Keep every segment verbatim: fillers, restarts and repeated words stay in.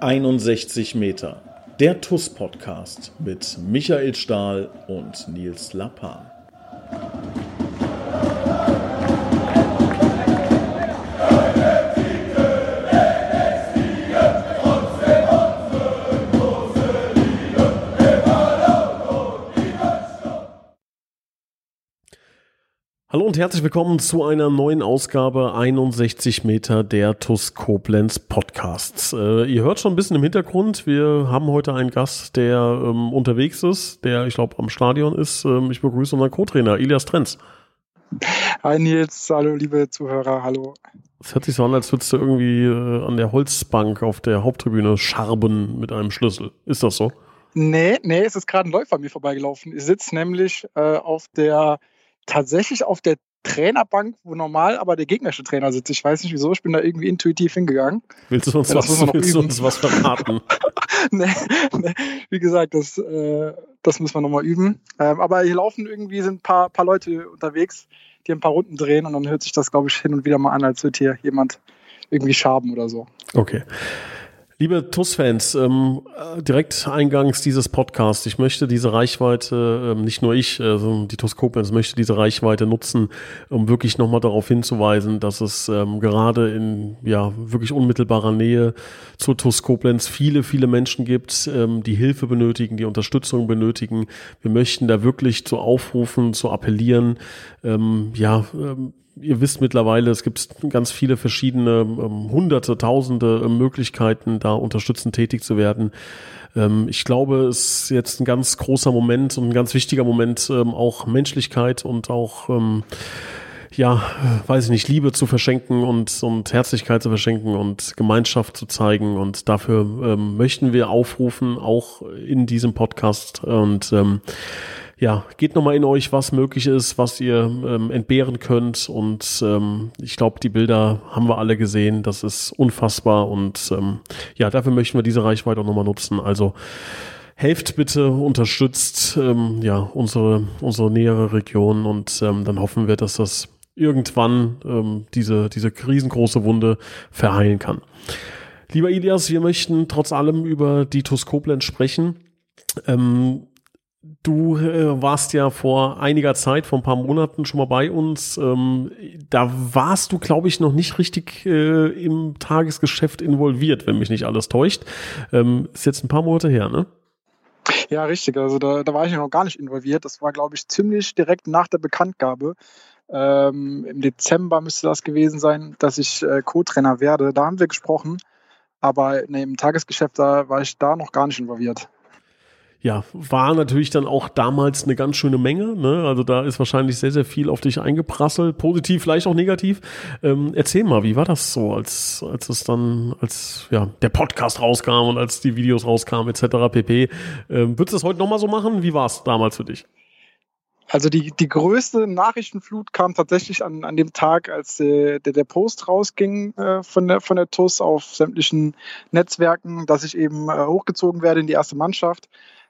einundsechzig Meter, der T U S-Podcast mit Michael Stahl und Nils Lappan. Hallo und herzlich willkommen zu einer neuen Ausgabe einundsechzig Meter der T U S Koblenz Podcasts. Äh, ihr hört schon ein bisschen im Hintergrund, wir haben heute einen Gast, der ähm, unterwegs ist, der, ich glaube, am Stadion ist. Ähm, ich begrüße unseren Co-Trainer, Ilias Trenz. Hi Nils, hallo liebe Zuhörer, hallo. Es hört sich so an, als würdest du irgendwie äh, an der Holzbank auf der Haupttribüne scharben mit einem Schlüssel. Ist das so? Nee, nee, es ist gerade ein Läufer an mir vorbeigelaufen. Ich sitze nämlich äh, auf der tatsächlich auf der Trainerbank, wo normal aber der gegnerische Trainer sitzt. Ich weiß nicht wieso, ich bin da irgendwie intuitiv hingegangen. Willst du uns, ja, was, willst du uns was verraten? nee, nee, wie gesagt, das, äh, das müssen wir nochmal üben. Ähm, aber hier laufen irgendwie, sind ein paar, paar Leute unterwegs, die ein paar Runden drehen und dann hört sich das, glaube ich, hin und wieder mal an, als würde hier jemand irgendwie schaben oder so. Okay. Liebe T U S-Fans, ähm, direkt eingangs dieses Podcasts, ich möchte diese Reichweite, ähm, nicht nur ich, also die T U S Koblenz möchte diese Reichweite nutzen, um wirklich nochmal darauf hinzuweisen, dass es ähm, gerade in ja wirklich unmittelbarer Nähe zur T U S Koblenz viele, viele Menschen gibt, ähm, die Hilfe benötigen, die Unterstützung benötigen. Wir möchten da wirklich zu aufrufen, zu appellieren, ähm, ja, ähm, ihr wisst mittlerweile, es gibt ganz viele verschiedene, ähm, hunderte, tausende äh, Möglichkeiten, da unterstützend tätig zu werden. Ähm, ich glaube, es ist jetzt ein ganz großer Moment und ein ganz wichtiger Moment, ähm, auch Menschlichkeit und auch, ähm, ja, weiß ich nicht, Liebe zu verschenken und, und Herzlichkeit zu verschenken und Gemeinschaft zu zeigen. Und dafür ähm, möchten wir aufrufen, auch in diesem Podcast. Und ähm, ja, geht nochmal in euch, was möglich ist, was ihr ähm, entbehren könnt. Und ähm, ich glaube, die Bilder haben wir alle gesehen. Das ist unfassbar. Und ähm, ja, dafür möchten wir diese Reichweite auch nochmal nutzen. Also helft bitte, unterstützt ähm, ja unsere, unsere nähere Region. Und ähm, dann hoffen wir, dass das irgendwann ähm, diese, diese riesengroße Wunde verheilen kann. Lieber Ilias, wir möchten trotz allem über die T U S Koblenz sprechen. Ähm, Du äh, warst ja vor einiger Zeit, vor ein paar Monaten schon mal bei uns. Ähm, da warst du, glaube ich, noch nicht richtig äh, im Tagesgeschäft involviert, wenn mich nicht alles täuscht. Ähm, ist jetzt ein paar Monate her, ne? Ja, richtig. Also da, da war ich noch gar nicht involviert. Das war, glaube ich, ziemlich direkt nach der Bekanntgabe. Ähm, im Dezember müsste das gewesen sein, dass ich äh, Co-Trainer werde. Da haben wir gesprochen. Aber nee, im Tagesgeschäft, da war ich da noch gar nicht involviert. Ja, war natürlich dann auch damals eine ganz schöne Menge, ne? Also da ist wahrscheinlich sehr, sehr viel auf dich eingeprasselt, positiv, vielleicht auch negativ. Ähm, erzähl mal, wie war das so, als als es dann, als ja der Podcast rauskam und als die Videos rauskamen et cetera pp. Ähm, würdest du das heute nochmal so machen? Wie war es damals für dich? Also die, die größte Nachrichtenflut kam tatsächlich an, an dem Tag, als äh, der, der Post rausging äh, von, der, von der T U S auf sämtlichen Netzwerken, dass ich eben äh, hochgezogen werde in die erste Mannschaft.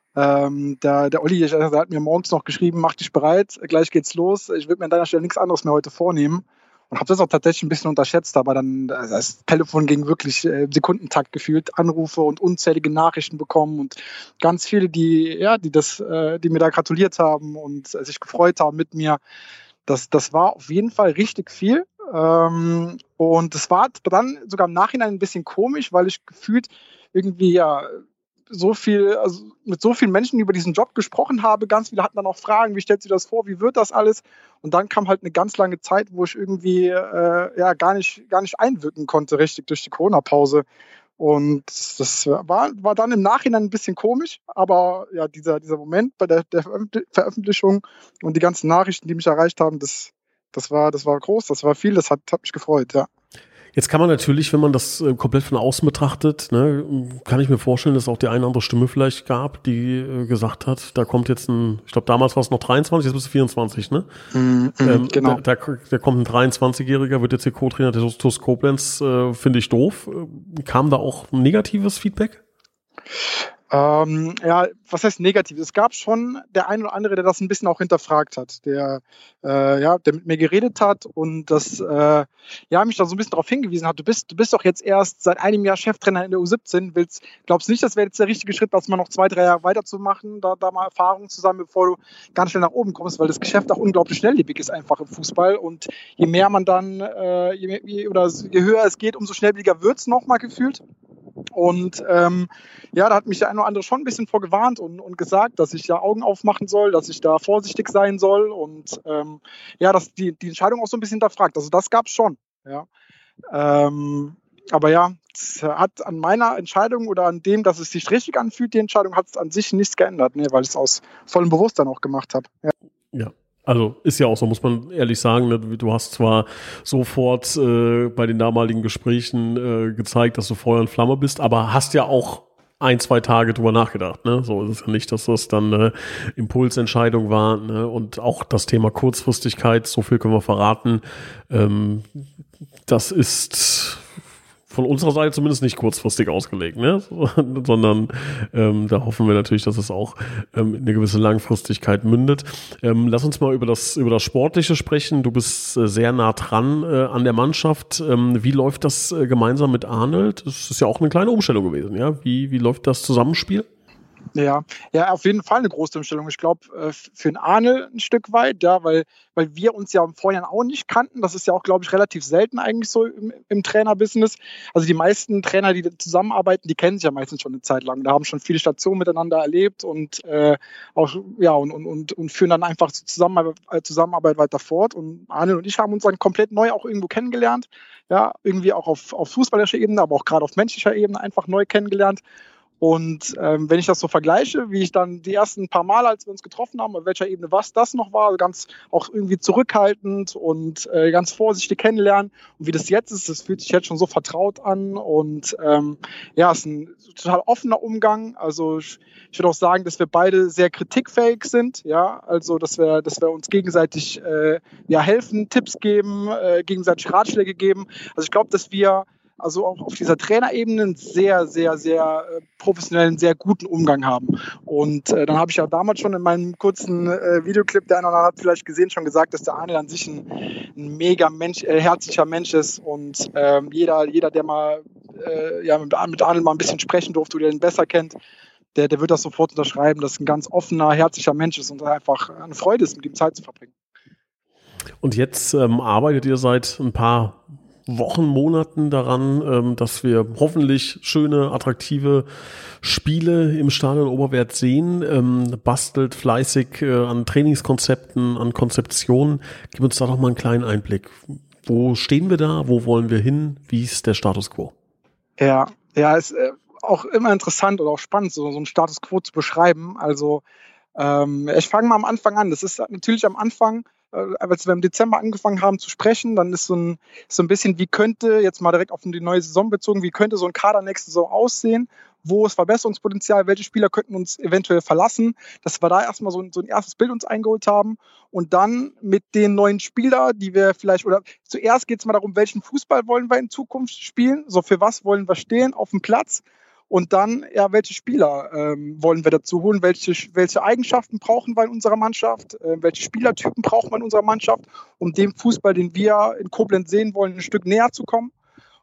Ähm, der, der Olli, der hat mir morgens noch geschrieben, mach dich bereit, gleich geht's los. Ich würde mir an deiner Stelle nichts anderes mehr heute vornehmen. Und habe das auch tatsächlich ein bisschen unterschätzt, aber dann das Telefon ging wirklich äh, Sekundentakt gefühlt, Anrufe und unzählige Nachrichten bekommen und ganz viele, die ja, die das, äh, die mir da gratuliert haben und äh, sich gefreut haben mit mir. Das, das war auf jeden Fall richtig viel. Ähm, und es war dann sogar im Nachhinein ein bisschen komisch, weil ich gefühlt irgendwie ja so viel, also mit so vielen Menschen über diesen Job gesprochen habe. Ganz viele hatten dann auch Fragen, wie stellt sich das vor, wie wird das alles? Und dann kam halt eine ganz lange Zeit, wo ich irgendwie äh, ja gar nicht, gar nicht einwirken konnte, richtig durch die Corona-Pause. Und das war, war dann im Nachhinein ein bisschen komisch, aber ja, dieser, dieser Moment bei der, der Veröffentlichung und die ganzen Nachrichten, die mich erreicht haben, das, das war, das war groß, das war viel, das hat, hat mich gefreut, ja. Jetzt kann man natürlich, wenn man das äh, komplett von außen betrachtet, ne, kann ich mir vorstellen, dass es auch die eine oder andere Stimme vielleicht gab, die äh, gesagt hat, da kommt jetzt ein, ich glaube damals war es noch dreiundzwanzig, jetzt bist du vierundzwanzig, ne? Mm, mm, ähm, genau. Da, da, da kommt ein dreiundzwanzigjähriger, wird jetzt hier Co-Trainer der T U S Koblenz, äh, finde ich doof. Kam da auch negatives Feedback? Ähm, ja, was heißt negativ? Es gab schon der ein oder andere, der das ein bisschen auch hinterfragt hat, der, äh, ja, der mit mir geredet hat und das, äh, ja, mich da so ein bisschen darauf hingewiesen hat. Du bist, du bist doch jetzt erst seit einem Jahr Cheftrainer in der U siebzehn. Willst, glaubst du nicht, das wäre jetzt der richtige Schritt, das mal noch zwei, drei Jahre weiterzumachen, da, da mal Erfahrungen zu sammeln, bevor du ganz schnell nach oben kommst, weil das Geschäft auch unglaublich schnelllebig ist einfach im Fußball und je mehr man dann, äh, je, je, oder je höher es geht, umso schnelllebiger wird es nochmal gefühlt. Und ähm, ja, da hat mich der eine oder andere schon ein bisschen vorgewarnt und, und gesagt, dass ich da Augen aufmachen soll, dass ich da vorsichtig sein soll und ähm, ja, dass die, die Entscheidung auch so ein bisschen hinterfragt. Also das gab es schon. Ja. Ähm, aber ja, es hat an meiner Entscheidung oder an dem, dass es sich richtig anfühlt, die Entscheidung hat es an sich nichts geändert, ne, weil ich es aus vollem Bewusstsein auch gemacht habe. Ja. Ja. Also ist ja auch so, muss man ehrlich sagen, ne? Du hast zwar sofort äh, bei den damaligen Gesprächen äh, gezeigt, dass du Feuer und Flamme bist, aber hast ja auch ein, zwei Tage drüber nachgedacht. Ne? So ist es ja nicht, dass das dann eine Impulsentscheidung war. Ne? Und auch das Thema Kurzfristigkeit, so viel können wir verraten, ähm, das ist von unserer Seite zumindest nicht kurzfristig ausgelegt, ne? sondern ähm, da hoffen wir natürlich, dass es auch ähm, eine gewisse Langfristigkeit mündet. Ähm, lass uns mal über das über das Sportliche sprechen. Du bist äh, sehr nah dran äh, an der Mannschaft. Ähm, wie läuft das äh, gemeinsam mit Arnold? Das ist ja auch eine kleine Umstellung gewesen, ja? Wie, wie läuft das Zusammenspiel? Ja, ja, auf jeden Fall eine große Umstellung. Ich glaube, äh, für den Arne ein Stück weit, ja, weil, weil wir uns ja im Vorjahr auch nicht kannten. Das ist ja auch, glaube ich, relativ selten eigentlich so im, im Trainerbusiness. Also die meisten Trainer, die zusammenarbeiten, die kennen sich ja meistens schon eine Zeit lang. Da haben schon viele Stationen miteinander erlebt und äh, auch, ja, und, und, und, und führen dann einfach die Zusammenarbeit, Zusammenarbeit weiter fort. Und Arne und ich haben uns dann komplett neu auch irgendwo kennengelernt. Ja, irgendwie auch auf, auf fußballerischer Ebene, aber auch gerade auf menschlicher Ebene einfach neu kennengelernt. Und ähm, wenn ich das so vergleiche, wie ich dann die ersten paar Mal, als wir uns getroffen haben, auf welcher Ebene was das noch war, ganz auch irgendwie zurückhaltend und äh, ganz vorsichtig kennenlernen. Und wie das jetzt ist, das fühlt sich jetzt schon so vertraut an. Und ähm, ja, es ist ein total offener Umgang. Also ich, ich würde auch sagen, dass wir beide sehr kritikfähig sind. Ja, also dass wir, dass wir uns gegenseitig äh, ja, helfen, Tipps geben, äh, gegenseitig Ratschläge geben. Also ich glaube, dass wir also auch auf dieser Trainerebene einen sehr, sehr, sehr äh, professionellen, sehr guten Umgang haben. Und äh, dann habe ich ja damals schon in meinem kurzen äh, Videoclip, der eine oder andere hat vielleicht gesehen, schon gesagt, dass der Arne an sich ein, ein mega Mensch, äh, herzlicher Mensch ist und ähm, jeder, jeder, der mal äh, ja, mit, mit Arne mal ein bisschen sprechen durfte oder den besser kennt, der, der wird das sofort unterschreiben, dass ein ganz offener, herzlicher Mensch ist und einfach eine Freude ist, mit ihm Zeit zu verbringen. Und jetzt ähm, arbeitet ihr seit ein paar Wochen, Monaten daran, ähm, dass wir hoffentlich schöne, attraktive Spiele im Stadion Oberwert sehen, ähm, bastelt fleißig äh, an Trainingskonzepten, an Konzeptionen. Gib uns da doch mal einen kleinen Einblick. Wo stehen wir da? Wo wollen wir hin? Wie ist der Status quo? Ja, ja, ist äh, auch immer interessant oder auch spannend, so, so einen Status quo zu beschreiben. Also ähm, ich fange mal am Anfang an. Das ist natürlich am Anfang, äh, als wir im Dezember angefangen haben zu sprechen, dann ist so ein, so ein bisschen, wie könnte, jetzt mal direkt auf die neue Saison bezogen, wie könnte so ein Kader nächste Saison aussehen? Wo ist Verbesserungspotenzial? Welche Spieler könnten uns eventuell verlassen? Dass wir da erstmal so ein, so ein erstes Bild uns eingeholt haben und dann mit den neuen Spielern, die wir vielleicht, oder zuerst geht es mal darum, welchen Fußball wollen wir in Zukunft spielen? So für was wollen wir stehen auf dem Platz? Und dann, ja, welche Spieler ähm, wollen wir dazu holen? Welche, welche Eigenschaften brauchen wir in unserer Mannschaft? Äh, welche Spielertypen brauchen wir in unserer Mannschaft, um dem Fußball, den wir in Koblenz sehen wollen, ein Stück näher zu kommen?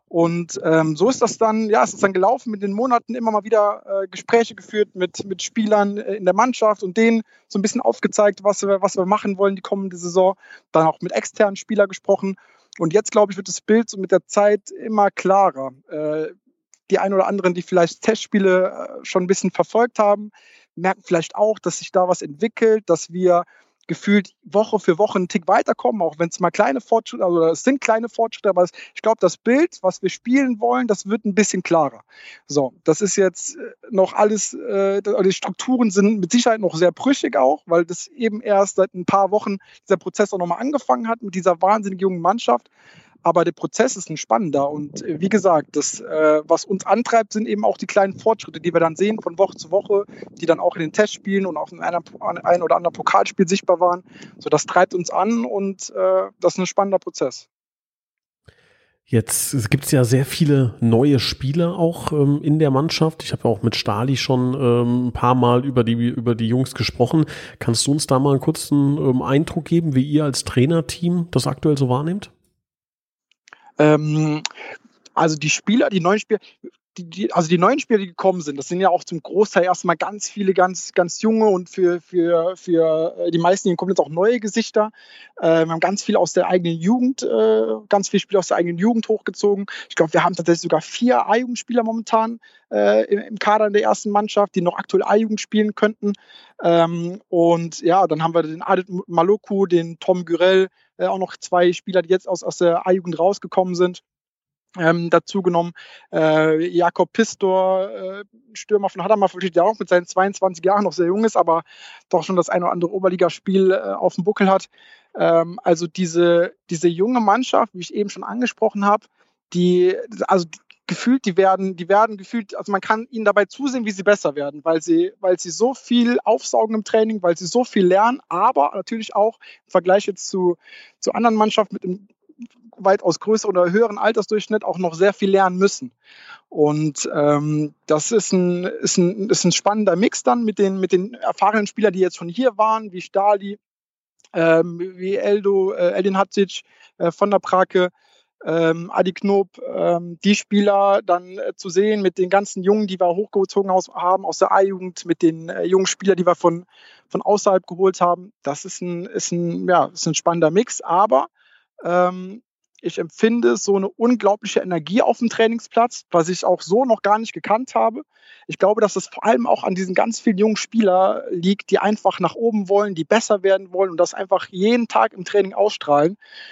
Und ähm, so ist das dann, ja, es ist dann gelaufen mit den Monaten, immer mal wieder äh, Gespräche geführt mit, mit Spielern äh, in der Mannschaft und denen so ein bisschen aufgezeigt, was wir, was wir machen wollen die kommende Saison. Dann auch mit externen Spielern gesprochen. Und jetzt, glaube ich, wird das Bild so mit der Zeit immer klarer. Äh, die ein oder anderen, die vielleicht Testspiele äh, schon ein bisschen verfolgt haben, merken vielleicht auch, dass sich da was entwickelt, dass wir gefühlt Woche für Woche einen Tick weiterkommen, auch wenn es mal kleine Fortschritte, also es sind kleine Fortschritte, aber es, ich glaube, das Bild, was wir spielen wollen, das wird ein bisschen klarer. So, das ist jetzt noch alles, äh, die Strukturen sind mit Sicherheit noch sehr brüchig auch, weil das eben erst seit ein paar Wochen dieser Prozess auch nochmal angefangen hat mit dieser wahnsinnig jungen Mannschaft. Aber der Prozess ist ein spannender und äh, wie gesagt, das, äh, was uns antreibt, sind eben auch die kleinen Fortschritte, die wir dann sehen von Woche zu Woche, die dann auch in den Testspielen und auch in einem ein oder anderen Pokalspiel sichtbar waren. So, das treibt uns an und äh, das ist ein spannender Prozess. Jetzt gibt es ja sehr viele neue Spieler auch ähm, in der Mannschaft. Ich habe ja auch mit Stali schon ähm, ein paar Mal über die, über die Jungs gesprochen. Kannst du uns da mal einen kurzen ähm, Eindruck geben, wie ihr als Trainerteam das aktuell so wahrnehmt? Ähm, also die Spieler, die neuen Spieler, die, die, also die neuen Spieler, die gekommen sind, das sind ja auch zum Großteil erstmal ganz viele, ganz, ganz junge und für, für, für die meisten kommen jetzt auch neue Gesichter. Äh, wir haben ganz viel aus der eigenen Jugend, äh, ganz viele Spieler aus der eigenen Jugend hochgezogen. Ich glaube, wir haben tatsächlich sogar vier A-Jugendspieler momentan äh, im, im Kader in der ersten Mannschaft, die noch aktuell A-Jugend spielen könnten. Ähm, und ja, dann haben wir den Adit Maloku, den Tom Gürel, äh, auch noch zwei Spieler, die jetzt aus, aus der A-Jugend rausgekommen sind. Ähm, dazu genommen äh, Jakob Pistor, äh, Stürmer von Hadamar, der auch mit seinen zweiundzwanzig Jahren noch sehr jung ist, aber doch schon das ein oder andere Oberligaspiel äh, auf dem Buckel hat. Ähm, also diese, diese junge Mannschaft, wie ich eben schon angesprochen habe, die, also gefühlt, die werden, die werden gefühlt, also man kann ihnen dabei zusehen, wie sie besser werden, weil sie, weil sie so viel aufsaugen im Training, weil sie so viel lernen, aber natürlich auch im Vergleich jetzt zu, zu anderen Mannschaften mit dem weitaus größeren oder höheren Altersdurchschnitt auch noch sehr viel lernen müssen. Und ähm, das ist ein, ist, ein, ist ein spannender Mix dann mit den, mit den erfahrenen Spielern, die jetzt schon hier waren, wie Stali, ähm, wie Eldo, äh, Eldin Hatzic äh, von der Prake, ähm, Adi Knob, ähm, die Spieler dann äh, zu sehen mit den ganzen Jungen, die wir hochgezogen aus, haben aus der A-Jugend, mit den äh, jungen Spielern, die wir von, von außerhalb geholt haben. Das ist ein, ist ein, ja, ist ein spannender Mix, aber ähm, ich empfinde so eine unglaubliche Energie auf dem Trainingsplatz, was ich auch so noch gar nicht gekannt habe. Ich glaube, dass es vor allem auch an diesen ganz vielen jungen Spielern liegt, die einfach nach oben wollen, die besser werden wollen und das einfach jeden Tag im Training ausstrahlen.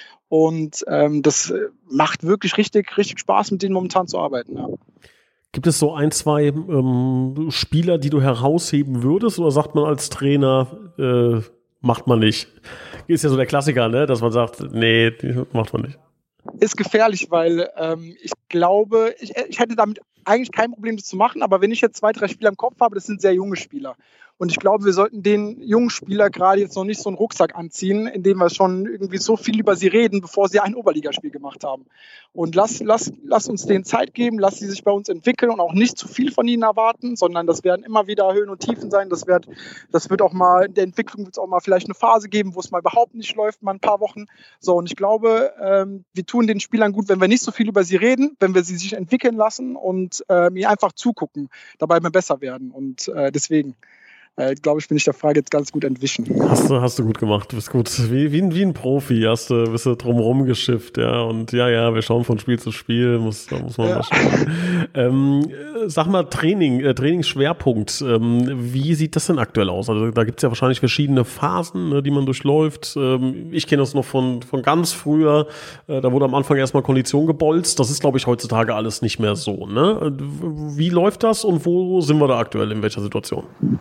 Und ähm, das macht wirklich richtig, richtig Spaß, mit denen momentan zu arbeiten. Ja. Gibt es so ein, zwei ähm, Spieler, die du herausheben würdest, oder sagt man als Trainer, äh, macht man nicht? Ist ja so der Klassiker, ne, dass man sagt, nee, macht man nicht. Ist gefährlich, weil ähm, ich glaube, ich, ich hätte damit eigentlich kein Problem, das zu machen, aber wenn ich jetzt zwei, drei Spieler im Kopf habe, das sind sehr junge Spieler. Und ich glaube, wir sollten den jungen Spieler gerade jetzt noch nicht so einen Rucksack anziehen, indem wir schon irgendwie so viel über sie reden, bevor sie ein Oberligaspiel gemacht haben. Und lass, lass, lass uns denen Zeit geben, lass sie sich bei uns entwickeln und auch nicht zu viel von ihnen erwarten, sondern das werden immer wieder Höhen und Tiefen sein. Das wird, das wird auch mal, in der Entwicklung wird es auch mal vielleicht eine Phase geben, wo es mal überhaupt nicht läuft, mal ein paar Wochen. So, und ich glaube, ähm, wir tun den Spielern gut, wenn wir nicht so viel über sie reden, wenn wir sie sich entwickeln lassen und ähm, ihr einfach zugucken, dabei wir besser werden. Und äh, deswegen äh, glaube ich, bin ich der Frage jetzt ganz gut entwichen. Hast du, hast du gut gemacht, du bist gut. Wie, wie, wie ein Profi hast du, bist du drumherum geschifft, ja. Und ja, ja, wir schauen von Spiel zu Spiel, muss, da muss man ja mal schauen. ähm, sag mal, Training, äh, Trainingsschwerpunkt, ähm, wie sieht das denn aktuell aus? Also da gibt es ja wahrscheinlich verschiedene Phasen, ne, die man durchläuft. Ähm, ich kenne das noch von, von ganz früher, äh, da wurde am Anfang erstmal Kondition gebolzt. Das ist, glaube ich, heutzutage alles nicht mehr so, ne? Wie läuft das und wo sind wir da aktuell, in welcher Situation?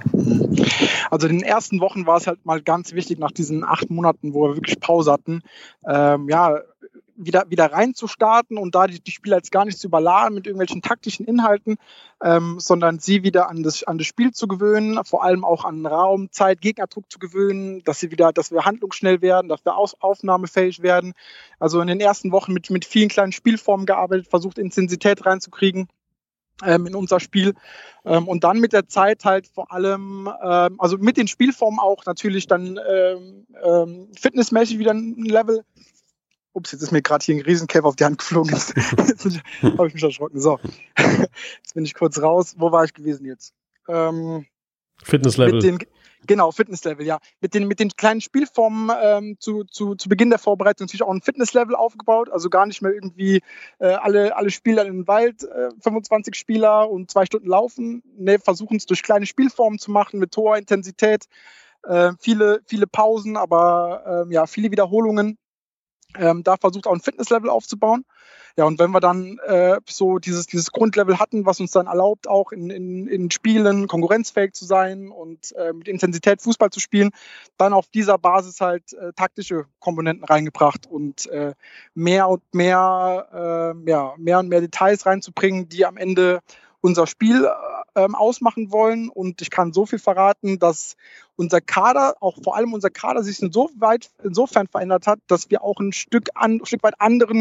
Also in den ersten Wochen war es halt mal ganz wichtig, nach diesen acht Monaten, wo wir wirklich Pause hatten, ähm, ja, wieder, wieder reinzustarten und da die, die Spieler jetzt gar nicht zu überladen mit irgendwelchen taktischen Inhalten, ähm, sondern sie wieder an das, an das Spiel zu gewöhnen, vor allem auch an Raum, Zeit, Gegnerdruck zu gewöhnen, dass sie wieder, dass wir handlungsschnell werden, dass wir aus, aufnahmefähig werden. Also in den ersten Wochen mit, mit vielen kleinen Spielformen gearbeitet, versucht Intensität reinzukriegen in unser Spiel und dann mit der Zeit halt vor allem, also mit den Spielformen auch natürlich dann ähm, fitnessmäßig wieder ein Level. Ups, jetzt ist mir gerade hier ein Riesenkäfer auf die Hand geflogen. Jetzt habe ich mich erschrocken. So, jetzt bin ich kurz raus. Wo war ich gewesen jetzt? Ähm, Fitnesslevel. Mit den, genau, Fitnesslevel, ja. Mit den, mit den kleinen Spielformen ähm, zu, zu, zu Beginn der Vorbereitung natürlich auch ein Fitnesslevel aufgebaut. Also gar nicht mehr irgendwie äh, alle, alle Spieler in den Wald, äh, fünfundzwanzig Spieler und zwei Stunden laufen. Ne, versuchen es durch kleine Spielformen zu machen mit hoher Intensität. Äh, viele, viele Pausen, aber äh, ja, viele Wiederholungen. Ähm, da versucht auch ein Fitnesslevel aufzubauen. Ja, und wenn wir dann äh, so dieses, dieses Grundlevel hatten, was uns dann erlaubt, auch in, in, in Spielen konkurrenzfähig zu sein und äh, mit Intensität Fußball zu spielen, dann auf dieser Basis halt äh, taktische Komponenten reingebracht und äh, mehr und mehr, äh, ja, mehr und mehr Details reinzubringen, die am Ende unser Spiel ähm, ausmachen wollen. Und ich kann so viel verraten, dass unser Kader, auch vor allem unser Kader, sich insoweit, insofern verändert hat, dass wir auch ein Stück, an, ein Stück weit anderen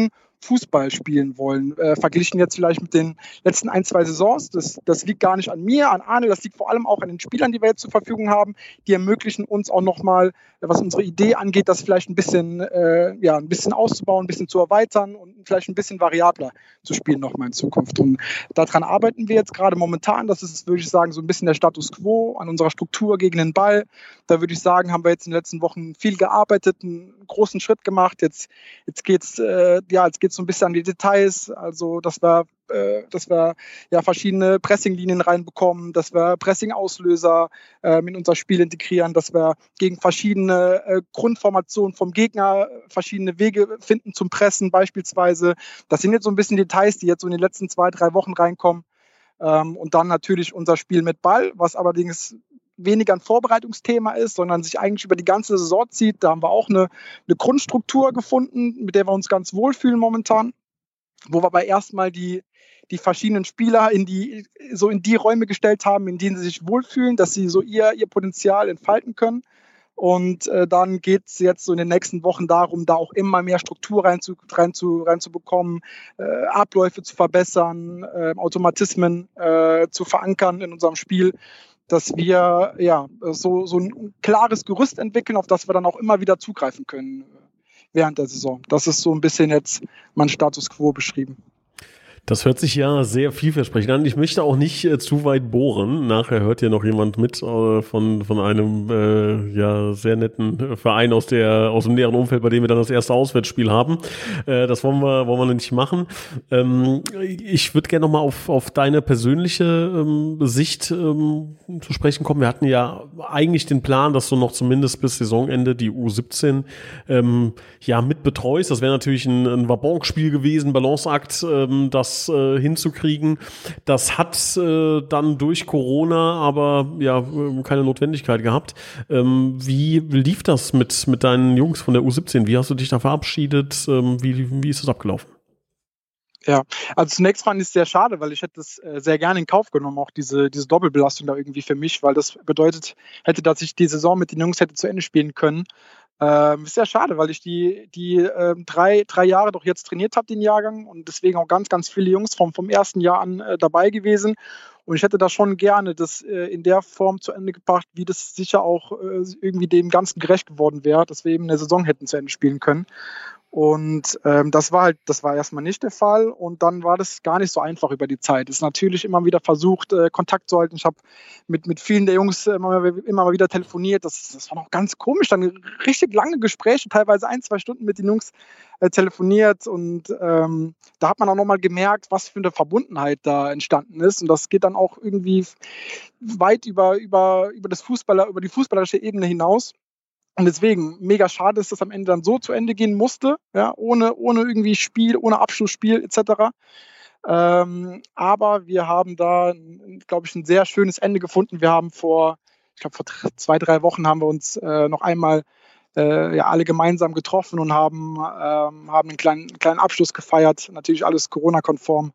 Fußball spielen wollen. Äh, verglichen jetzt vielleicht mit den letzten ein, zwei Saisons. Das, das liegt gar nicht an mir, an Arne, das liegt vor allem auch an den Spielern, die wir jetzt zur Verfügung haben. Die ermöglichen uns auch nochmal, was unsere Idee angeht, das vielleicht ein bisschen, äh, ja, ein bisschen auszubauen, ein bisschen zu erweitern und vielleicht ein bisschen variabler zu spielen nochmal in Zukunft. Und daran arbeiten wir jetzt gerade momentan. Das ist, würde ich sagen, so ein bisschen der Status quo an unserer Struktur gegen den Ball. Da würde ich sagen, haben wir jetzt in den letzten Wochen viel gearbeitet, einen großen Schritt gemacht. Jetzt, jetzt geht's, äh, ja, jetzt geht's so ein bisschen an die Details. Also, dass wir, äh, dass wir ja verschiedene Pressinglinien reinbekommen, dass wir Pressing-Auslöser äh, in unser Spiel integrieren, dass wir gegen verschiedene äh, Grundformationen vom Gegner verschiedene Wege finden zum Pressen beispielsweise. Das sind jetzt so ein bisschen Details, die jetzt so in den letzten zwei, drei Wochen reinkommen. Ähm, und dann natürlich unser Spiel mit Ball, was allerdings weniger ein Vorbereitungsthema ist, sondern sich eigentlich über die ganze Saison zieht. Da haben wir auch eine, eine Grundstruktur gefunden, mit der wir uns ganz wohlfühlen momentan, wo wir aber erstmal die, die verschiedenen Spieler in die, so in die Räume gestellt haben, in denen sie sich wohlfühlen, dass sie so ihr, ihr Potenzial entfalten können. Und äh, dann geht es jetzt so in den nächsten Wochen darum, da auch immer mehr Struktur rein zu, rein zu, reinzubekommen, äh, Abläufe zu verbessern, äh, Automatismen äh, zu verankern in unserem Spiel, dass wir ja so, so ein klares Gerüst entwickeln, auf das wir dann auch immer wieder zugreifen können während der Saison. Das ist so ein bisschen jetzt mein Status quo beschrieben. Das hört sich ja sehr vielversprechend an. Ich möchte auch nicht äh, zu weit bohren. Nachher hört ja noch jemand mit äh, von von einem äh, ja sehr netten Verein aus der aus dem näheren Umfeld, bei dem wir dann das erste Auswärtsspiel haben. Äh, das wollen wir wollen wir nicht machen. Ähm, ich würde gerne noch mal auf auf deine persönliche ähm, Sicht ähm, zu sprechen kommen. Wir hatten ja eigentlich den Plan, dass du noch zumindest bis Saisonende die U siebzehn ähm, ja mit betreust. Das wäre natürlich ein, ein Wabonk-Spiel gewesen, Balanceakt, ähm, das äh, hinzukriegen. Das hat äh, dann durch Corona aber ja äh, keine Notwendigkeit gehabt. Ähm, wie lief das mit mit deinen Jungs von der U siebzehn? Wie hast du dich da verabschiedet? Ähm, wie, wie ist das abgelaufen? Ja, also zunächst fand ich es sehr schade, weil ich hätte das äh, sehr gerne in Kauf genommen, auch diese, diese Doppelbelastung da irgendwie für mich, weil das bedeutet hätte, dass ich die Saison mit den Jungs hätte zu Ende spielen können. Ähm, ist sehr schade, weil ich die, die äh, drei, drei Jahre doch jetzt trainiert habe, den Jahrgang, und deswegen auch ganz, ganz viele Jungs vom, vom ersten Jahr an äh, dabei gewesen. Und ich hätte da schon gerne das äh, in der Form zu Ende gebracht, wie das sicher auch äh, irgendwie dem Ganzen gerecht geworden wäre, dass wir eben eine Saison hätten zu Ende spielen können. Und ähm, das war halt, das war erstmal nicht der Fall, und dann war das gar nicht so einfach über die Zeit. Es ist natürlich immer wieder versucht, äh, Kontakt zu halten. Ich habe mit, mit vielen der Jungs immer, immer mal wieder telefoniert. Das, das war noch ganz komisch. Dann richtig lange Gespräche, teilweise ein, zwei Stunden mit den Jungs äh, telefoniert, und ähm, da hat man auch nochmal gemerkt, was für eine Verbundenheit da entstanden ist. Und das geht dann auch irgendwie weit über, über, über das Fußballer, über die fußballerische Ebene hinaus. Und deswegen, mega schade ist, dass am Ende dann so zu Ende gehen musste, ja, ohne, ohne irgendwie Spiel, ohne Abschlussspiel et cetera. Ähm, aber wir haben da, glaube ich, ein sehr schönes Ende gefunden. Wir haben vor, ich glaube, vor zwei, drei Wochen haben wir uns äh, noch einmal äh, ja, alle gemeinsam getroffen und haben, ähm, haben einen kleinen, einen kleinen Abschluss gefeiert. Natürlich alles Corona-konform.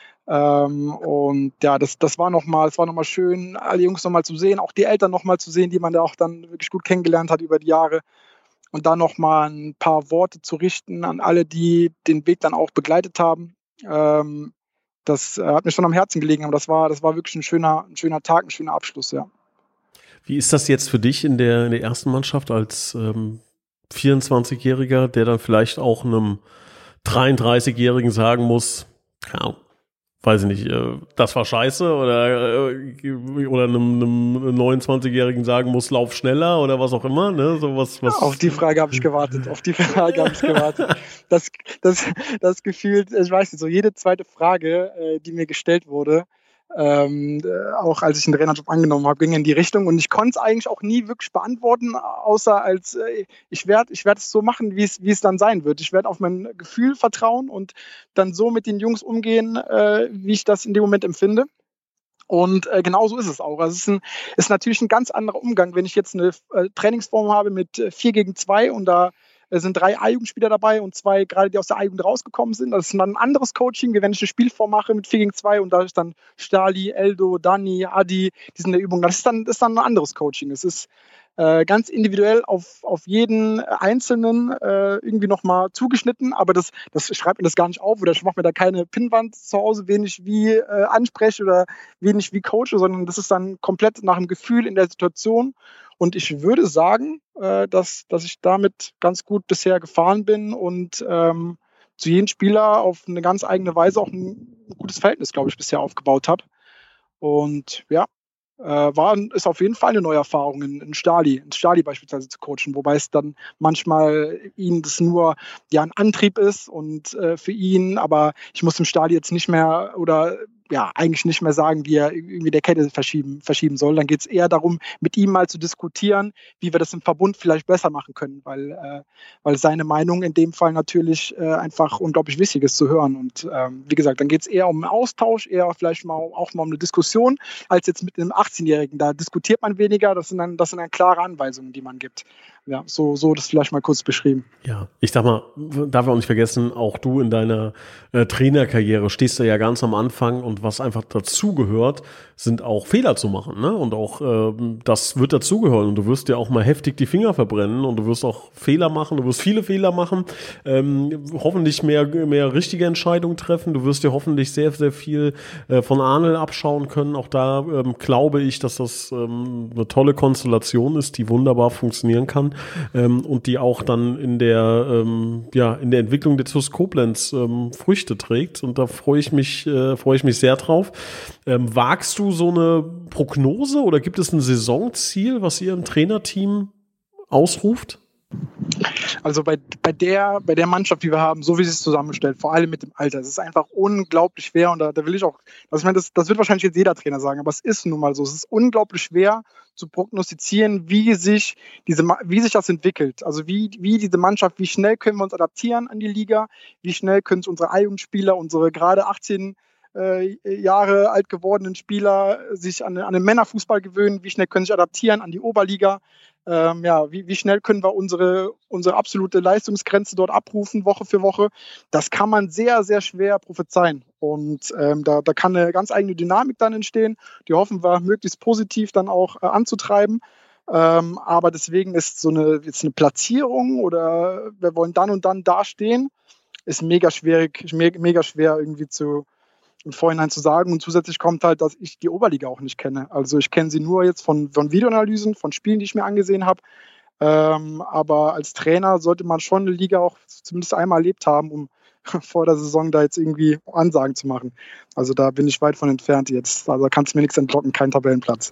Ähm, und ja, das, das war nochmal, das war nochmal schön, alle Jungs nochmal zu sehen, auch die Eltern nochmal zu sehen, die man da auch dann wirklich gut kennengelernt hat über die Jahre. Und dann nochmal ein paar Worte zu richten an alle, die den Weg dann auch begleitet haben. Ähm, das äh, hat mir schon am Herzen gelegen, aber das war, das war wirklich ein schöner, ein schöner Tag, ein schöner Abschluss, ja. Wie ist das jetzt für dich in der, in der ersten Mannschaft als ähm, vierundzwanzigjähriger, der dann vielleicht auch einem dreiunddreißigjährigen sagen muss, ja, weiß ich nicht, äh, das war scheiße, oder, äh, oder einem, einem neunundzwanzigjährigen sagen muss, lauf schneller oder was auch immer, ne? So was, was auf die Frage habe ich gewartet, auf die Frage habe ich gewartet. Das, das, das Gefühl, ich weiß nicht, so jede zweite Frage, äh, die mir gestellt wurde, ähm, äh, auch als ich einen Trainerjob angenommen habe, ging in die Richtung, und ich konnte es eigentlich auch nie wirklich beantworten, außer als äh, ich werde ich werd es so machen, wie es wie es dann sein wird. Ich werde auf mein Gefühl vertrauen und dann so mit den Jungs umgehen, äh, wie ich das in dem Moment empfinde. Und äh, genau so ist es auch. Also es ist, ein, ist natürlich ein ganz anderer Umgang, wenn ich jetzt eine äh, Trainingsform habe mit äh, vier gegen zwei, und da äh, sind drei A-Jugendspieler dabei und zwei gerade, die aus der A-Jugend rausgekommen sind. Das ist dann ein anderes Coaching, wie wenn ich eine Spielform mache mit vier gegen zwei, und da ist dann Stali, Eldo, Dani, Adi, die sind in der Übung. Das ist dann, das ist dann ein anderes Coaching. Es ist äh, ganz individuell auf, auf jeden Einzelnen äh, irgendwie nochmal zugeschnitten, aber das, das schreibt mir das gar nicht auf oder ich mache mir da keine Pinnwand zu Hause, wen ich wie äh, anspreche oder wen ich wie coache, sondern das ist dann komplett nach dem Gefühl in der Situation. Und ich würde sagen, äh, dass, dass ich damit ganz gut bisher gefahren bin und ähm, zu jedem Spieler auf eine ganz eigene Weise auch ein, ein gutes Verhältnis, glaube ich, bisher aufgebaut habe. Und ja, äh, war, ist auf jeden Fall eine neue Erfahrung, in, in Stali, in Stali beispielsweise zu coachen, wobei es dann manchmal ihnen das nur ja ein Antrieb ist und äh, für ihn, aber ich muss dem Stali jetzt nicht mehr oder ja, eigentlich nicht mehr sagen, wie er irgendwie der Kette verschieben, verschieben soll. Dann geht es eher darum, mit ihm mal zu diskutieren, wie wir das im Verbund vielleicht besser machen können, weil, äh, weil seine Meinung in dem Fall natürlich äh, einfach unglaublich wichtig ist zu hören. Und ähm, wie gesagt, dann geht es eher um einen Austausch, eher vielleicht mal auch mal um eine Diskussion, als jetzt mit einem achtzehnjährigen. Da diskutiert man weniger, das sind dann, das sind dann klare Anweisungen, die man gibt. Ja, so, so das vielleicht mal kurz beschrieben. Ja, ich sag mal, darf auch nicht vergessen, auch du in deiner äh, Trainerkarriere stehst du ja ganz am Anfang und was einfach dazugehört, sind auch Fehler zu machen, ne? Und auch äh, das wird dazugehören und du wirst dir auch mal heftig die Finger verbrennen und du wirst auch Fehler machen, du wirst viele Fehler machen, ähm, hoffentlich mehr, mehr richtige Entscheidungen treffen, du wirst dir hoffentlich sehr, sehr viel äh, von Arnel abschauen können. Auch da ähm, glaube ich, dass das ähm, eine tolle Konstellation ist, die wunderbar funktionieren kann. Ähm, und die auch dann in der ähm, ja in der Entwicklung der T U S Koblenz ähm, Früchte trägt und da freue ich mich äh, freue ich mich sehr drauf. Ähm, wagst du so eine Prognose oder gibt es ein Saisonziel, was ihr im Trainerteam ausruft? Also bei, bei, der, bei der Mannschaft, die wir haben, so wie sie es zusammenstellt, vor allem mit dem Alter, es ist einfach unglaublich schwer und da, da will ich auch, also ich meine, das, das wird wahrscheinlich jetzt jeder Trainer sagen, aber es ist nun mal so, es ist unglaublich schwer zu prognostizieren, wie sich, diese, wie sich das entwickelt, also wie, wie diese Mannschaft, wie schnell können wir uns adaptieren an die Liga, wie schnell können es unsere A-Jugendspieler, unsere gerade achtzehn äh, Jahre alt gewordenen Spieler sich an, an den Männerfußball gewöhnen, wie schnell können sie sich adaptieren an die Oberliga. Ähm, ja, wie, wie schnell können wir unsere, unsere absolute Leistungsgrenze dort abrufen, Woche für Woche. Das kann man sehr, sehr schwer prophezeien. Und ähm, da, da kann eine ganz eigene Dynamik dann entstehen. Die hoffen wir möglichst positiv dann auch äh, anzutreiben. Ähm, aber deswegen ist so eine, jetzt eine Platzierung oder wir wollen dann und dann dastehen, ist mega schwierig, mega schwer irgendwie zu, im Vorhinein zu sagen. Und zusätzlich kommt halt, dass ich die Oberliga auch nicht kenne. Also ich kenne sie nur jetzt von, von Videoanalysen, von Spielen, die ich mir angesehen habe. Ähm, aber als Trainer sollte man schon eine Liga auch zumindest einmal erlebt haben, um vor der Saison da jetzt irgendwie Ansagen zu machen. Also da bin ich weit von entfernt jetzt. Also da kannst du mir nichts entlocken, kein Tabellenplatz.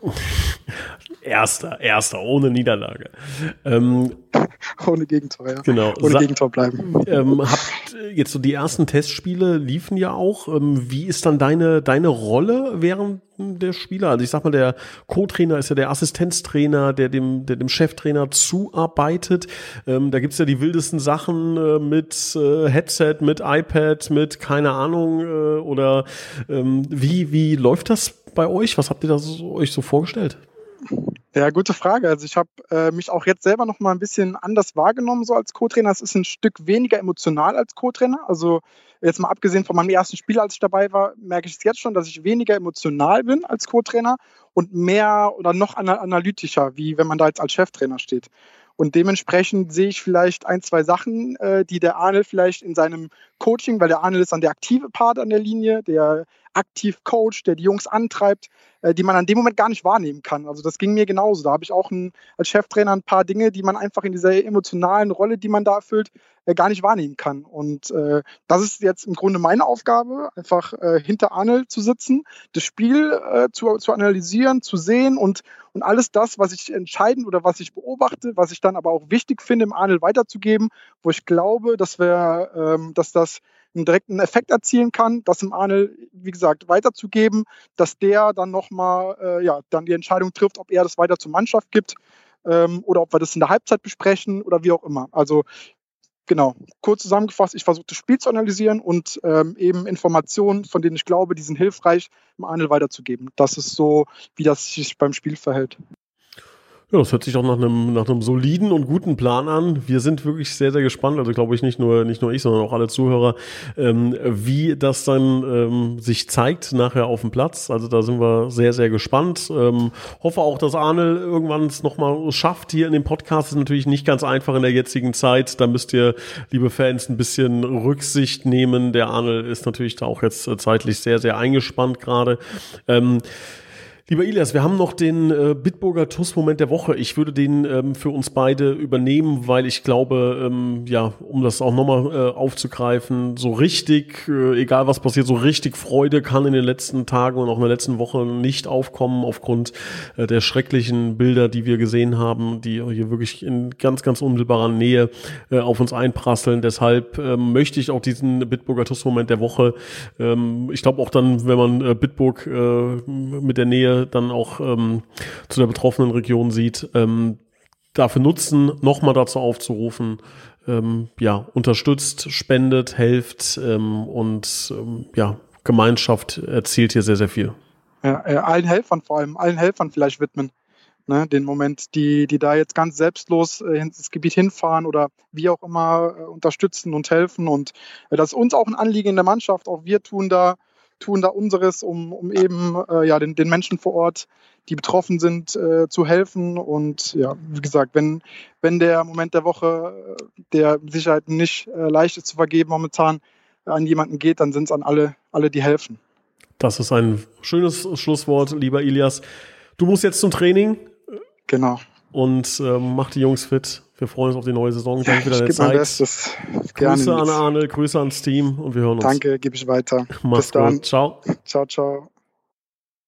Erster, erster, ohne Niederlage. Ähm, ohne Gegentor, ja. Genau. Ohne Sa- Gegentor bleiben. Ähm, habt jetzt so die ersten Testspiele liefen ja auch. Ähm, wie ist dann deine, deine Rolle während der Spiele? Also ich sag mal, der Co-Trainer ist ja der Assistenztrainer, der dem, der dem Cheftrainer zuarbeitet. Ähm, da gibt's ja die wildesten Sachen äh, mit äh, Headset, mit iPad, mit keine Ahnung äh, oder ähm, wie, wie läuft das bei euch? Was habt ihr da so, euch so vorgestellt? Ja, gute Frage. Also ich habe äh, mich auch jetzt selber noch mal ein bisschen anders wahrgenommen so als Co-Trainer. Es ist ein Stück weniger emotional als Co-Trainer. Also jetzt mal abgesehen von meinem ersten Spiel, als ich dabei war, merke ich es jetzt schon, dass ich weniger emotional bin als Co-Trainer und mehr oder noch analytischer, wie wenn man da jetzt als Cheftrainer steht. Und dementsprechend sehe ich vielleicht ein, zwei Sachen, äh, die der Arnel vielleicht in seinem Coaching, weil der Arnel ist dann der aktive Part an der Linie, der aktiv coacht, der die Jungs antreibt, äh, die man an dem Moment gar nicht wahrnehmen kann. Also das ging mir genauso. Da habe ich auch ein, als Cheftrainer ein paar Dinge, die man einfach in dieser emotionalen Rolle, die man da erfüllt, äh, gar nicht wahrnehmen kann. Und äh, das ist jetzt im Grunde meine Aufgabe, einfach äh, hinter Arnel zu sitzen, das Spiel äh, zu, zu analysieren, zu sehen und, und alles das, was ich entscheidend oder was ich beobachte, was ich dann aber auch wichtig finde, im Arnel weiterzugeben, wo ich glaube, dass wir, ähm, dass das einen direkten Effekt erzielen kann, das im Arnel, wie gesagt, weiterzugeben, dass der dann nochmal, äh, ja, dann die Entscheidung trifft, ob er das weiter zur Mannschaft gibt ähm, oder ob wir das in der Halbzeit besprechen oder wie auch immer. Also genau, kurz zusammengefasst, ich versuche das Spiel zu analysieren und ähm, eben Informationen, von denen ich glaube, die sind hilfreich, im Arnel weiterzugeben. Das ist so, wie das sich beim Spiel verhält. Ja, das hört sich doch nach einem, nach einem soliden und guten Plan an. Wir sind wirklich sehr, sehr gespannt, also glaube ich nicht nur, nicht nur ich, sondern auch alle Zuhörer, ähm, wie das dann ähm, sich zeigt nachher auf dem Platz. Also da sind wir sehr, sehr gespannt. Ähm, hoffe auch, dass Arne irgendwann es nochmal schafft hier in dem Podcast. Das ist natürlich nicht ganz einfach in der jetzigen Zeit. Da müsst ihr, liebe Fans, ein bisschen Rücksicht nehmen. Der Arne ist natürlich da auch jetzt zeitlich sehr, sehr eingespannt gerade. Ähm, Lieber Ilias, wir haben noch den äh, Bitburger T U S-Moment der Woche. Ich würde den ähm, für uns beide übernehmen, weil ich glaube, ähm, ja, um das auch nochmal äh, aufzugreifen, so richtig, äh, egal was passiert, so richtig Freude kann in den letzten Tagen und auch in der letzten Woche nicht aufkommen aufgrund äh, der schrecklichen Bilder, die wir gesehen haben, die hier wirklich in ganz, ganz unmittelbarer Nähe äh, auf uns einprasseln. Deshalb ähm, möchte ich auch diesen Bitburger T U S-Moment der Woche, ähm, ich glaube auch dann, wenn man äh, Bitburg äh, mit der Nähe dann auch ähm, zu der betroffenen Region sieht, ähm, dafür nutzen, nochmal dazu aufzurufen, ähm, ja, unterstützt, spendet, helft ähm, und ähm, ja, Gemeinschaft erzielt hier sehr, sehr viel. Ja, äh, allen Helfern vor allem, allen Helfern vielleicht widmen, ne, den Moment, die, die da jetzt ganz selbstlos äh, ins Gebiet hinfahren oder wie auch immer äh, unterstützen und helfen und äh, das ist uns auch ein Anliegen in der Mannschaft, auch wir tun da tun da unseres, um, um eben äh, ja, den, den Menschen vor Ort, die betroffen sind, äh, zu helfen. Und ja, wie gesagt, wenn, wenn der Moment der Woche, der mit Sicherheit nicht äh, leicht ist zu vergeben momentan, äh, an jemanden geht, dann sind es an alle, alle, die helfen. Das ist ein schönes Schlusswort, lieber Ilias. Du musst jetzt zum Training. Genau. Und äh, mach die Jungs fit. Wir freuen uns auf die neue Saison. Danke ja, für deine ich Zeit. Mein Bestes. Grüße an Arne, Grüße ans Team und wir hören uns. Danke, gebe ich weiter. Mach's Bis dann. gut. Ciao. Ciao, ciao.